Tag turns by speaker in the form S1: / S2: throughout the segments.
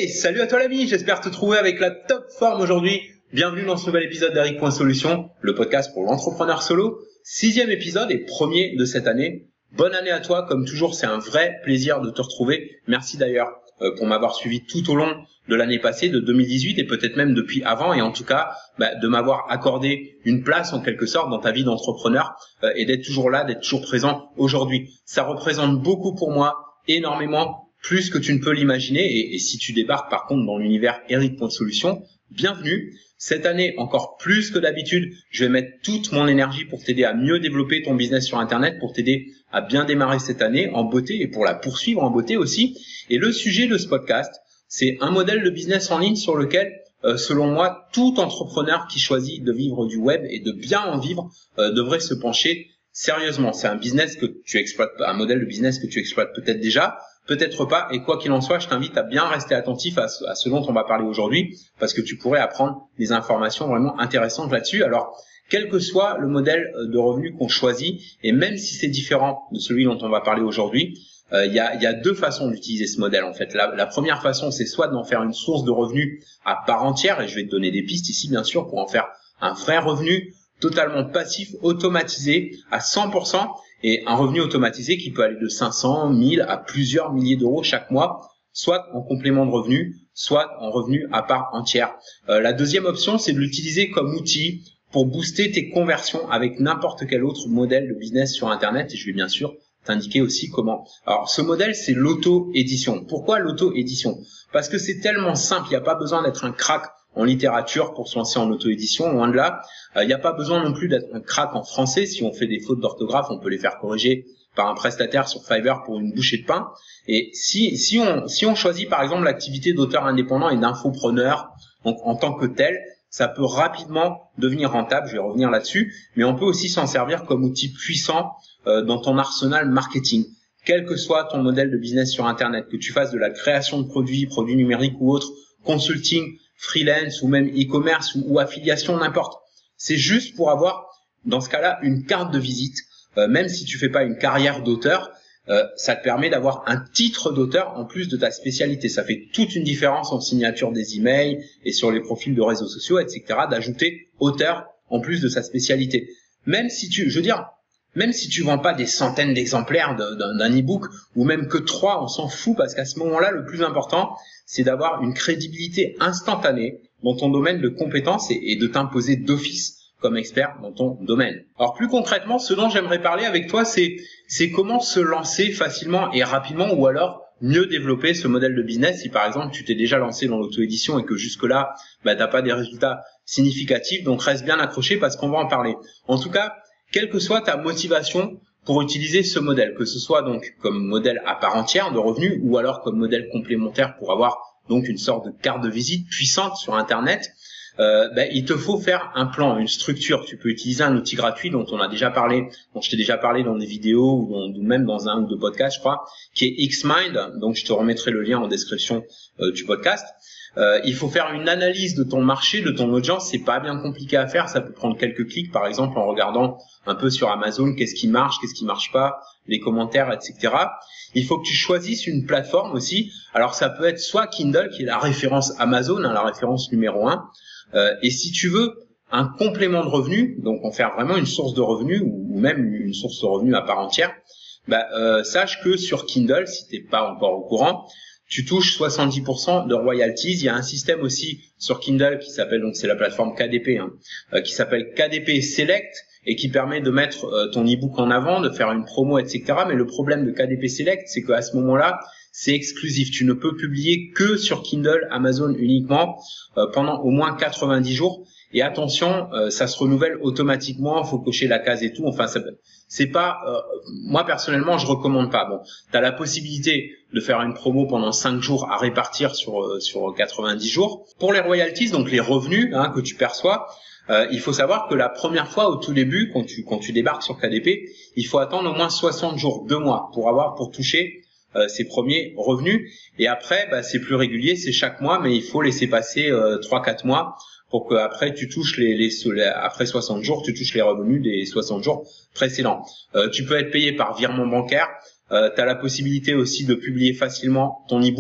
S1: Hey, salut à toi l'ami, j'espère te trouver avec la top forme aujourd'hui. Bienvenue dans ce nouvel épisode d'Eric.Solutions, le podcast pour l'entrepreneur solo. 6e épisode et premier de cette année. Bonne année à toi, comme toujours, c'est un vrai plaisir de te retrouver. Merci d'ailleurs pour m'avoir suivi tout au long de l'année passée, de 2018 et peut-être même depuis avant, et en tout cas de m'avoir accordé une place en quelque sorte dans ta vie d'entrepreneur et d'être toujours là, d'être toujours présent aujourd'hui. Ça représente beaucoup pour moi, énormément, plus que tu ne peux l'imaginer, et si tu débarques par contre dans l'univers Eric.Solutions, bienvenue. Cette année, encore plus que d'habitude, je vais mettre toute mon énergie pour t'aider à mieux développer ton business sur Internet, pour t'aider à bien démarrer cette année en beauté et pour la poursuivre en beauté aussi. Et le sujet de ce podcast, c'est un modèle de business en ligne sur lequel, selon moi, tout entrepreneur qui choisit de vivre du web et de bien en vivre devrait se pencher sérieusement. C'est un business que tu exploites, un modèle de business que tu exploites peut-être déjà, peut-être pas, et quoi qu'il en soit, je t'invite à bien rester attentif à ce dont on va parler aujourd'hui, parce que tu pourrais apprendre des informations vraiment intéressantes là-dessus. Alors, quel que soit le modèle de revenu qu'on choisit, et même si c'est différent de celui dont on va parler aujourd'hui, il y a deux façons d'utiliser ce modèle en fait. La première façon, c'est soit d'en faire une source de revenus à part entière, et je vais te donner des pistes ici bien sûr pour en faire un vrai revenu totalement passif, automatisé à 100%, et un revenu automatisé qui peut aller de 500, 1000 à plusieurs milliers d'euros chaque mois, soit en complément de revenu, soit en revenu à part entière. La deuxième option, c'est de l'utiliser comme outil pour booster tes conversions avec n'importe quel autre modèle de business sur Internet, et je vais bien sûr t'indiquer aussi comment. Alors, ce modèle, c'est l'auto-édition. Pourquoi l'auto-édition? Parce que c'est tellement simple, il n'y a pas besoin d'être un crack en littérature pour se lancer en auto-édition, loin de là. Il n'y a pas besoin non plus d'être un crack en français. Si on fait des fautes d'orthographe, on peut les faire corriger par un prestataire sur Fiverr pour une bouchée de pain. Et si on choisit par exemple l'activité d'auteur indépendant et d'infopreneur, donc en tant que tel, ça peut rapidement devenir rentable, je vais revenir là-dessus, mais on peut aussi s'en servir comme outil puissant dans ton arsenal marketing. Quel que soit ton modèle de business sur Internet, que tu fasses de la création de produits numériques ou autres, consulting, freelance ou même e-commerce ou affiliation, n'importe. C'est juste pour avoir, dans ce cas-là, une carte de visite, même si tu fais pas une carrière d'auteur, ça te permet d'avoir un titre d'auteur en plus de ta spécialité. Ça fait toute une différence en signature des emails et sur les profils de réseaux sociaux, etc., d'ajouter auteur en plus de sa spécialité. Même si tu vends pas des centaines d'exemplaires d'un e-book, ou même que 3, on s'en fout, parce qu'à ce moment-là, le plus important, c'est d'avoir une crédibilité instantanée dans ton domaine de compétences et de t'imposer d'office comme expert dans ton domaine. Alors plus concrètement, ce dont j'aimerais parler avec toi, c'est comment se lancer facilement et rapidement, ou alors mieux développer ce modèle de business. Si par exemple tu t'es déjà lancé dans l'auto-édition et que jusque-là, t'as pas des résultats significatifs, donc reste bien accroché parce qu'on va en parler. En tout cas, quelle que soit ta motivation pour utiliser ce modèle, que ce soit donc comme modèle à part entière de revenus ou alors comme modèle complémentaire pour avoir donc une sorte de carte de visite puissante sur Internet, il te faut faire un plan, une structure. Tu peux utiliser un outil gratuit dont on a déjà parlé, dont je t'ai déjà parlé dans des vidéos ou même dans un ou deux podcasts, je crois, qui est Xmind. Donc je te remettrai le lien en description du podcast. Il faut faire une analyse de ton marché, de ton audience. C'est pas bien compliqué à faire. Ça peut prendre quelques clics, par exemple, en regardant un peu sur Amazon qu'est-ce qui marche pas, les commentaires, etc. Il faut que tu choisisses une plateforme aussi. Alors ça peut être soit Kindle, qui est la référence Amazon, la référence numéro 1. Et si tu veux un complément de revenus, donc en faire vraiment une source de revenus ou même une source de revenus à part entière, sache que sur Kindle, si t'es pas encore au courant, tu touches 70% de royalties. Il y a un système aussi sur Kindle qui s'appelle, donc c'est la plateforme KDP, qui s'appelle KDP Select et qui permet de mettre ton e-book en avant, de faire une promo, etc. Mais le problème de KDP Select, c'est qu'à ce moment-là, c'est exclusif. Tu ne peux publier que sur Kindle, Amazon uniquement pendant au moins 90 jours. Et attention, ça se renouvelle automatiquement. Faut cocher la case et tout. Enfin, c'est pas. Moi personnellement, je recommande pas. Bon, t'as la possibilité de faire une promo pendant 5 jours à répartir sur 90 jours. Pour les royalties, donc les revenus que tu perçois. Il faut savoir que la première fois, au tout début, quand tu débarques sur KDP, il faut attendre au moins 60 jours, 2 mois, pour toucher ses premiers revenus. Et après, c'est plus régulier, c'est chaque mois, mais il faut laisser passer 3-4 mois pour que après tu touches après 60 jours, tu touches les revenus des 60 jours précédents. Tu peux être payé par virement bancaire. Tu as la possibilité aussi de publier facilement ton e-book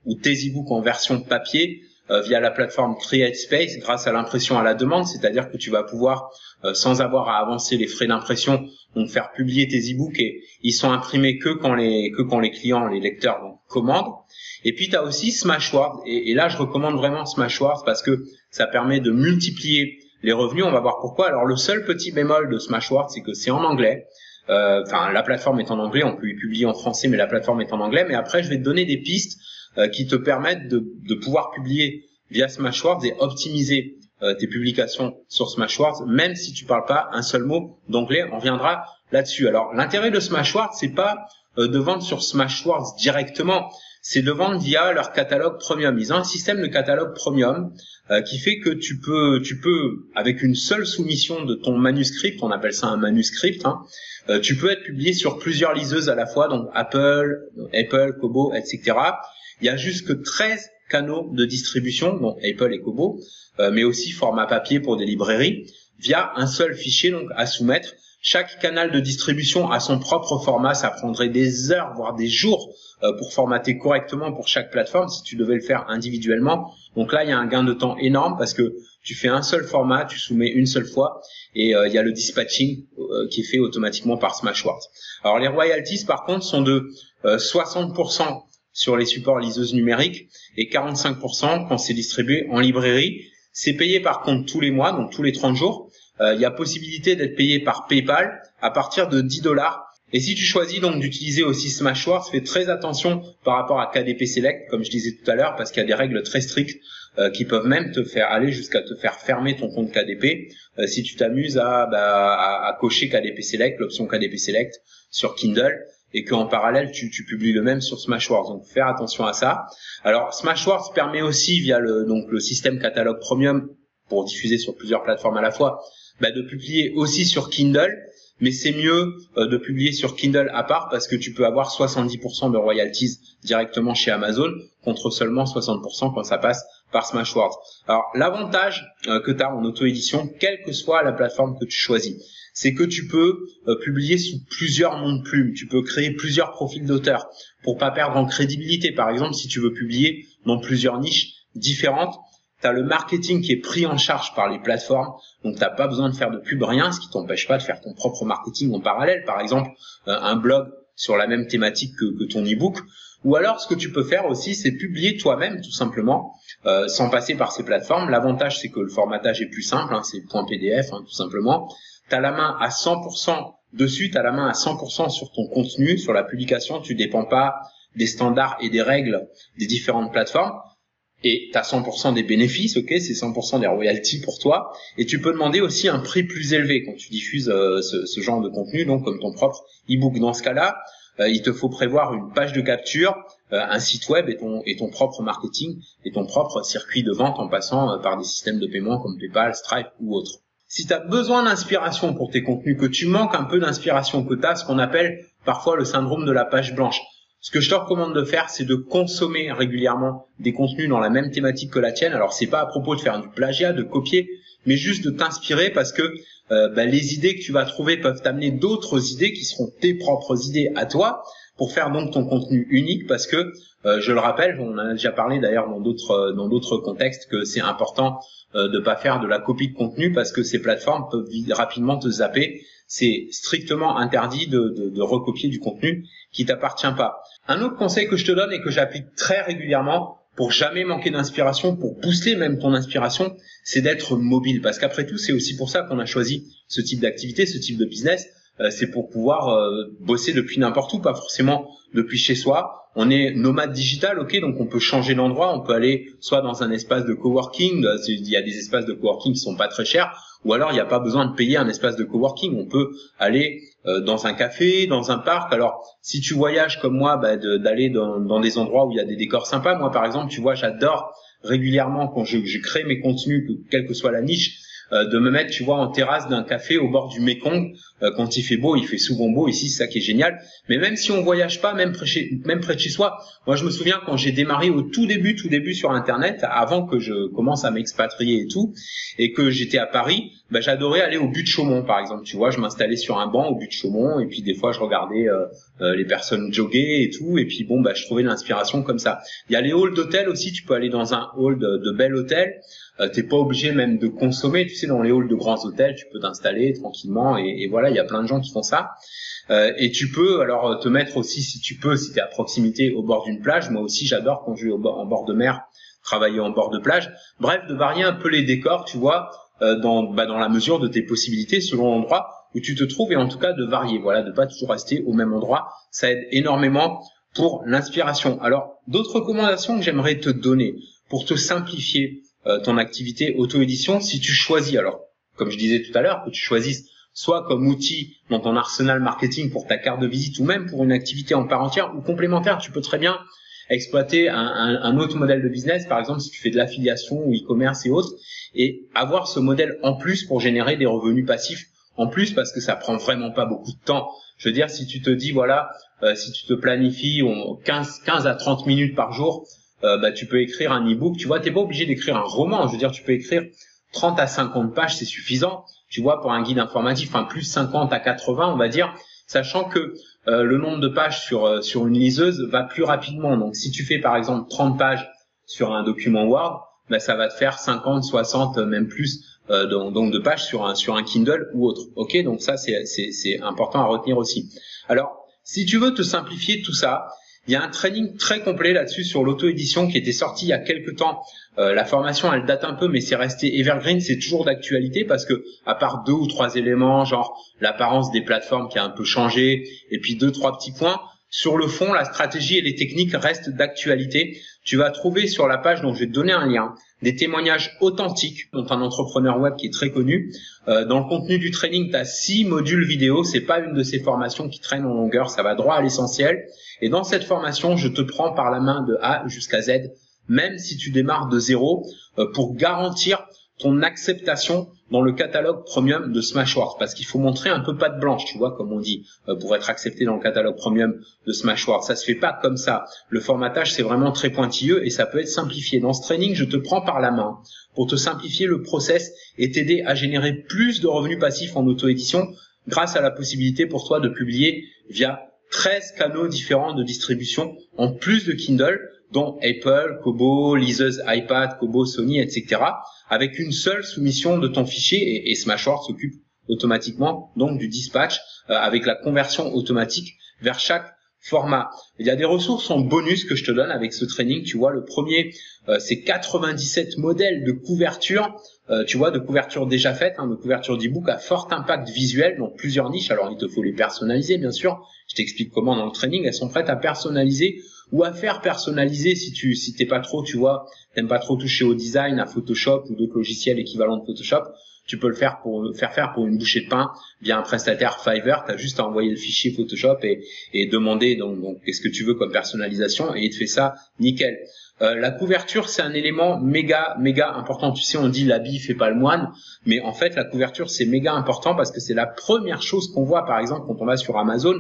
S1: ou tes e-books en version papier via la plateforme CreateSpace grâce à l'impression à la demande, c'est-à-dire que tu vas pouvoir, sans avoir à avancer les frais d'impression, donc faire publier tes e-books et ils sont imprimés que quand les clients, les lecteurs donc, commandent. Et puis tu as aussi Smashwords et là je recommande vraiment Smashwords parce que ça permet de multiplier les revenus. On va voir pourquoi. Alors le seul petit bémol de Smashwords, c'est que c'est en anglais. La plateforme est en anglais, on peut y publier en français, mais la plateforme est en anglais. Mais après, je vais te donner des pistes qui te permettent de pouvoir publier via Smashwords et optimiser tes publications sur Smashwords, même si tu parles pas un seul mot d'anglais. On reviendra là-dessus. Alors, l'intérêt de Smashwords, c'est pas de vendre sur Smashwords directement, c'est de vendre via leur catalogue premium. Ils ont un système de catalogue premium qui fait que tu peux, avec une seule soumission de ton manuscrit, on appelle ça un manuscrit, tu peux être publié sur plusieurs liseuses à la fois, donc Apple, Kobo, etc. Il y a jusque 13 canaux de distribution, donc Apple et Kobo, mais aussi format papier pour des librairies, via un seul fichier donc à soumettre. Chaque canal de distribution a son propre format, ça prendrait des heures, voire des jours pour formater correctement pour chaque plateforme si tu devais le faire individuellement. Donc là, il y a un gain de temps énorme parce que tu fais un seul format, tu soumets une seule fois et il y a le dispatching qui est fait automatiquement par Smashwords. Alors les royalties par contre sont de 60% sur les supports liseuses numériques et 45% quand c'est distribué en librairie. C'est payé par contre tous les mois, donc tous les 30 jours. Il y a possibilité d'être payé par PayPal à partir de $10. Et si tu choisis donc d'utiliser aussi Smashwords, fais très attention par rapport à KDP Select, comme je disais tout à l'heure, parce qu'il y a des règles très strictes qui peuvent même te faire aller jusqu'à te faire fermer ton compte KDP si tu t'amuses à cocher KDP Select, l'option KDP Select sur Kindle, et qu'en parallèle tu publies le même sur Smashwords. Donc faire attention à ça. Alors Smashwords permet aussi via le système catalogue premium pour diffuser sur plusieurs plateformes à la fois, de publier aussi sur Kindle, mais c'est mieux de publier sur Kindle à part parce que tu peux avoir 70% de royalties directement chez Amazon contre seulement 60% quand ça passe par Smashwords. Alors l'avantage que tu as en auto-édition, quelle que soit la plateforme que tu choisis, c'est que tu peux publier sous plusieurs noms de plume, tu peux créer plusieurs profils d'auteurs pour pas perdre en crédibilité. Par exemple, si tu veux publier dans plusieurs niches différentes, tu as le marketing qui est pris en charge par les plateformes, donc tu n'as pas besoin de faire de pub, rien, ce qui t'empêche pas de faire ton propre marketing en parallèle. Par exemple, un blog sur la même thématique que ton e-book. Ou alors, ce que tu peux faire aussi, c'est publier toi-même, tout simplement, sans passer par ces plateformes. L'avantage, c'est que le formatage est plus simple, c'est .pdf, tout simplement. Tu as la main à 100% dessus, tu as la main à 100% sur ton contenu, sur la publication. Tu dépends pas des standards et des règles des différentes plateformes. Et tu as 100% des bénéfices, ok, c'est 100% des royalties pour toi. Et tu peux demander aussi un prix plus élevé quand tu diffuses ce genre de contenu, donc comme ton propre e-book. Dans ce cas-là, il te faut prévoir une page de capture, un site web et ton propre marketing et ton propre circuit de vente en passant par des systèmes de paiement comme PayPal, Stripe ou autres. Si tu as besoin d'inspiration pour tes contenus, que tu manques un peu d'inspiration, que tu as ce qu'on appelle parfois le syndrome de la page blanche, ce que je te recommande de faire, c'est de consommer régulièrement des contenus dans la même thématique que la tienne. Alors, c'est pas à propos de faire du plagiat, de copier, mais juste de t'inspirer parce que les idées que tu vas trouver peuvent t'amener d'autres idées qui seront tes propres idées à toi pour faire donc ton contenu unique parce que, je le rappelle, on en a déjà parlé d'ailleurs dans d'autres contextes que c'est important de pas faire de la copie de contenu parce que ces plateformes peuvent rapidement te zapper. C'est strictement interdit de recopier du contenu qui t'appartient pas. Un autre conseil que je te donne et que j'applique très régulièrement pour jamais manquer d'inspiration, pour booster même ton inspiration, c'est d'être mobile. Parce qu'après tout, c'est aussi pour ça qu'on a choisi ce type d'activité, ce type de business. C'est pour pouvoir bosser depuis n'importe où, pas forcément depuis chez soi. On est nomade digital, ok, donc on peut changer d'endroit, on peut aller soit dans un espace de coworking, il y a des espaces de coworking qui sont pas très chers, ou alors il n'y a pas besoin de payer un espace de coworking, on peut aller dans un café, dans un parc. Alors si tu voyages comme moi, d'aller dans des endroits où il y a des décors sympas. Moi par exemple, tu vois, j'adore régulièrement quand je crée mes contenus, quelle que soit la niche, de me mettre, tu vois, en terrasse d'un café au bord du Mékong quand il fait beau. Il fait souvent beau ici, c'est ça qui est génial. Mais même si on voyage pas, même près de chez soi, moi je me souviens quand j'ai démarré au tout début sur Internet, avant que je commence à m'expatrier et tout, et que j'étais à Paris, j'adorais aller au but de Chaumont par exemple. Tu vois, je m'installais sur un banc au but de Chaumont et puis des fois je regardais les personnes jogger et tout, et puis bon je trouvais l'inspiration comme ça. Il y a les halls d'hôtel aussi, tu peux aller dans un hall de bel hôtel. T'es pas obligé même de consommer, tu sais, dans les halls de grands hôtels, tu peux t'installer tranquillement et voilà, il y a plein de gens qui font ça. Et tu peux alors te mettre aussi, si tu peux, si t'es à proximité au bord d'une plage. Moi aussi, j'adore quand je vais en bord de mer, travailler en bord de plage. Bref, de varier un peu les décors, tu vois, dans la mesure de tes possibilités, selon l'endroit où tu te trouves, et en tout cas de varier. Voilà, de pas toujours rester au même endroit. Ça aide énormément pour l'inspiration. Alors, d'autres recommandations que j'aimerais te donner pour te simplifier ton activité auto-édition, si tu choisis, alors comme je disais tout à l'heure, que tu choisisses soit comme outil dans ton arsenal marketing pour ta carte de visite ou même pour une activité en part entière ou complémentaire, tu peux très bien exploiter un autre modèle de business, par exemple si tu fais de l'affiliation ou e-commerce et autres, et avoir ce modèle en plus pour générer des revenus passifs en plus, parce que ça prend vraiment pas beaucoup de temps. Je veux dire, si tu te dis voilà, si tu te planifies 15 à 30 minutes par jour, tu peux écrire un e-book. Tu vois, t'es pas obligé d'écrire un roman. Je veux dire, tu peux écrire 30 à 50 pages, c'est suffisant. Tu vois, pour un guide informatif, enfin plus 50 à 80, on va dire, sachant que le nombre de pages sur une liseuse va plus rapidement. Donc, si tu fais par exemple 30 pages sur un document Word, ça va te faire 50, 60, même plus donc de pages sur un Kindle ou autre. Ok, donc ça c'est important à retenir aussi. Alors, si tu veux te simplifier tout ça, il y a un training très complet là-dessus sur l'auto-édition qui était sorti il y a quelques temps. La formation, elle date un peu, mais c'est resté evergreen, c'est toujours d'actualité parce que, à part 2 ou 3 éléments, genre l'apparence des plateformes qui a un peu changé, et puis 2-3 petits points, sur le fond, la stratégie et les techniques restent d'actualité. Tu vas trouver sur la page, dont je vais te donner un lien, des témoignages authentiques, dont un entrepreneur web qui est très connu. Dans le contenu du training, tu as 6 modules vidéo. C'est pas une de ces formations qui traîne en longueur, ça va droit à l'essentiel. Et dans cette formation, je te prends par la main de A jusqu'à Z, même si tu démarres de zéro, pour garantir ton acceptation dans le catalogue premium de Smashwords, parce qu'il faut montrer un peu patte blanche, tu vois, comme on dit, pour être accepté dans le catalogue premium de Smashwords. Ça se fait pas comme ça. Le formatage, c'est vraiment très pointilleux et ça peut être simplifié. Dans ce training, je te prends par la main pour te simplifier le process et t'aider à générer plus de revenus passifs en auto-édition grâce à la possibilité pour toi de publier via 13 canaux différents de distribution en plus de Kindle, dont Apple, Kobo, liseuse iPad, Kobo, Sony, etc., avec une seule soumission de ton fichier, et Smashwords s'occupe automatiquement donc du dispatch avec la conversion automatique vers chaque format. Il y a des ressources en bonus que je te donne avec ce training. Tu vois, le premier, c'est 97 modèles de couverture, tu vois, de couverture déjà faite, de couverture d'e-book à fort impact visuel, donc plusieurs niches. Alors, il te faut les personnaliser, bien sûr. Je t'explique comment dans le training. Elles sont prêtes à personnaliser ou à faire personnaliser si t'es pas trop, tu vois, t'aimes pas trop toucher au design, à Photoshop ou d'autres logiciels équivalents de Photoshop. Tu peux le faire faire pour une bouchée de pain via un prestataire Fiverr. T'as juste à envoyer le fichier Photoshop et demander donc qu'est-ce que tu veux comme personnalisation, et il te fait ça nickel. La couverture, c'est un élément méga important. Tu sais, on dit l'habit fait pas le moine, mais en fait la couverture c'est méga important parce que c'est la première chose qu'on voit, par exemple quand on va sur Amazon,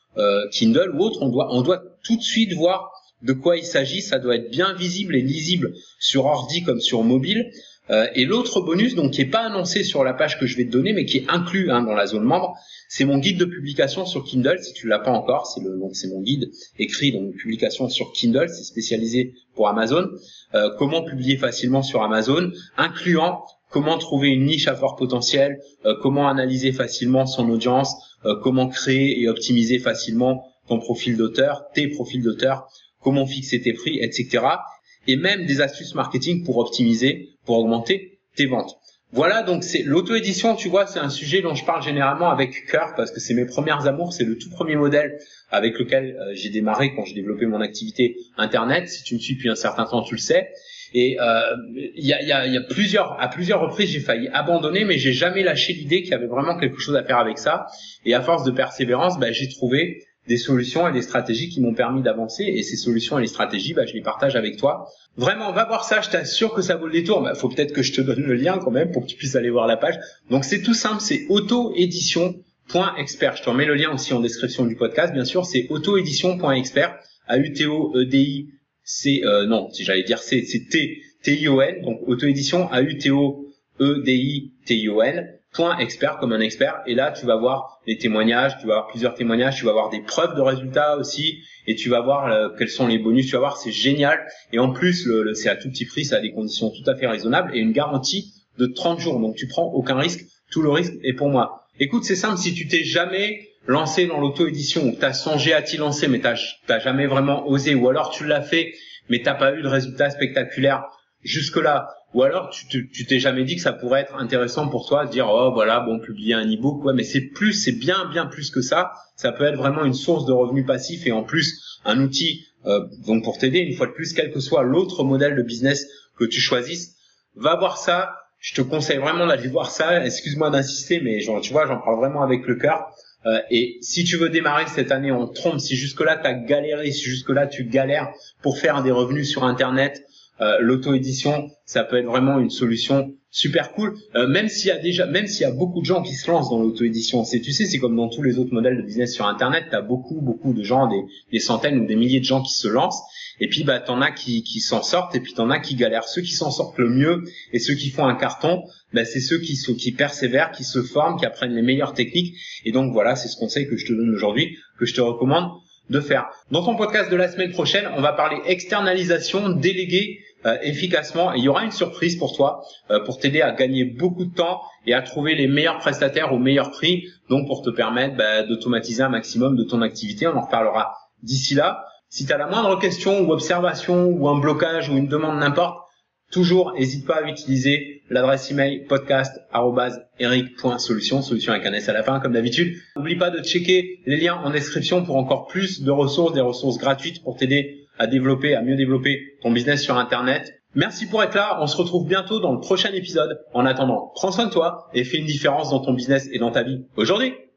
S1: Kindle ou autre, on doit tout de suite voir de quoi il s'agit. Ça doit être bien visible et lisible sur ordi comme sur mobile. Et l'autre bonus, donc qui est pas annoncé sur la page que je vais te donner, mais qui est inclus dans la zone membre, c'est mon guide de publication sur Kindle. Si tu l'as pas encore, c'est mon guide écrit, donc publication sur Kindle, c'est spécialisé pour Amazon. Comment publier facilement sur Amazon, incluant comment trouver une niche à fort potentiel, comment analyser facilement son audience, comment créer et optimiser facilement ton profil d'auteur, tes profils d'auteur, comment fixer tes prix, etc. Et même des astuces marketing pour optimiser, pour augmenter tes ventes. Voilà, donc c'est l'auto-édition, tu vois, c'est un sujet dont je parle généralement avec cœur parce que c'est mes premières amours, c'est le tout premier modèle avec lequel j'ai démarré quand j'ai développé mon activité internet. Si tu me suis depuis un certain temps, tu le sais. Et il y a à plusieurs reprises, j'ai failli abandonner, mais j'ai jamais lâché l'idée qu'il y avait vraiment quelque chose à faire avec ça. Et à force de persévérance, j'ai trouvé des solutions et des stratégies qui m'ont permis d'avancer, et ces solutions et les stratégies, je les partage avec toi. Vraiment, va voir ça, je t'assure que ça vaut le détour. Faut peut-être que je te donne le lien quand même pour que tu puisses aller voir la page. Donc c'est tout simple, c'est autoédition.expert. Je te remets le lien aussi en description du podcast, bien sûr, c'est autoédition.expert, AUTOEDI, c'est T-I-O-N, donc autoédition, AUTOEDITION. .expert comme un expert, et là tu vas voir les témoignages, tu vas avoir plusieurs témoignages, tu vas avoir des preuves de résultats aussi, et tu vas voir quels sont les bonus, tu vas voir, c'est génial, et en plus c'est à tout petit prix, ça a des conditions tout à fait raisonnables et une garantie de 30 jours, donc tu prends aucun risque, tout le risque est pour moi. Écoute, c'est simple, si tu t'es jamais lancé dans l'auto-édition, ou t'as songé à t'y lancer mais t'as jamais vraiment osé, ou alors tu l'as fait mais t'as pas eu de résultats spectaculaires jusque-là, ou alors tu t'es jamais dit que ça pourrait être intéressant pour toi de dire publier un e-book, mais c'est bien plus que ça. Ça peut être vraiment une source de revenus passifs et en plus un outil donc pour t'aider une fois de plus, quel que soit l'autre modèle de business que tu choisisses. Va voir ça, je te conseille vraiment d'aller voir ça. Excuse-moi d'insister, mais j'en parle vraiment avec le cœur. Et si tu veux démarrer cette année en trompe, si jusque-là tu as galéré, si jusque-là tu galères pour faire des revenus sur Internet, l'auto-édition, ça peut être vraiment une solution super cool, même s'il y a beaucoup de gens qui se lancent dans l'auto-édition. C'est comme dans tous les autres modèles de business sur Internet, tu as beaucoup de gens, des centaines ou des milliers de gens qui se lancent, et puis t'en as qui s'en sortent, et puis t'en as qui galèrent. Ceux qui s'en sortent le mieux et ceux qui font un carton, c'est ceux qui persévèrent, qui se forment, qui apprennent les meilleures techniques. Et donc voilà, c'est ce conseil que je te donne aujourd'hui, que je te recommande de faire. Dans ton podcast de la semaine prochaine, on va parler externalisation, déléguer efficacement, et il y aura une surprise pour toi, pour t'aider à gagner beaucoup de temps et à trouver les meilleurs prestataires au meilleur prix, donc pour te permettre d'automatiser un maximum de ton activité. On en reparlera d'ici là. Si tu as la moindre question ou observation ou un blocage ou une demande n'importe, toujours n'hésite pas à utiliser l'adresse email podcast@eric.solution, solution avec un S à la fin comme d'habitude. N'oublie pas de checker les liens en description pour encore plus de ressources, des ressources gratuites pour t'aider à mieux développer ton business sur Internet. Merci pour être là, on se retrouve bientôt dans le prochain épisode. En attendant, prends soin de toi et fais une différence dans ton business et dans ta vie aujourd'hui.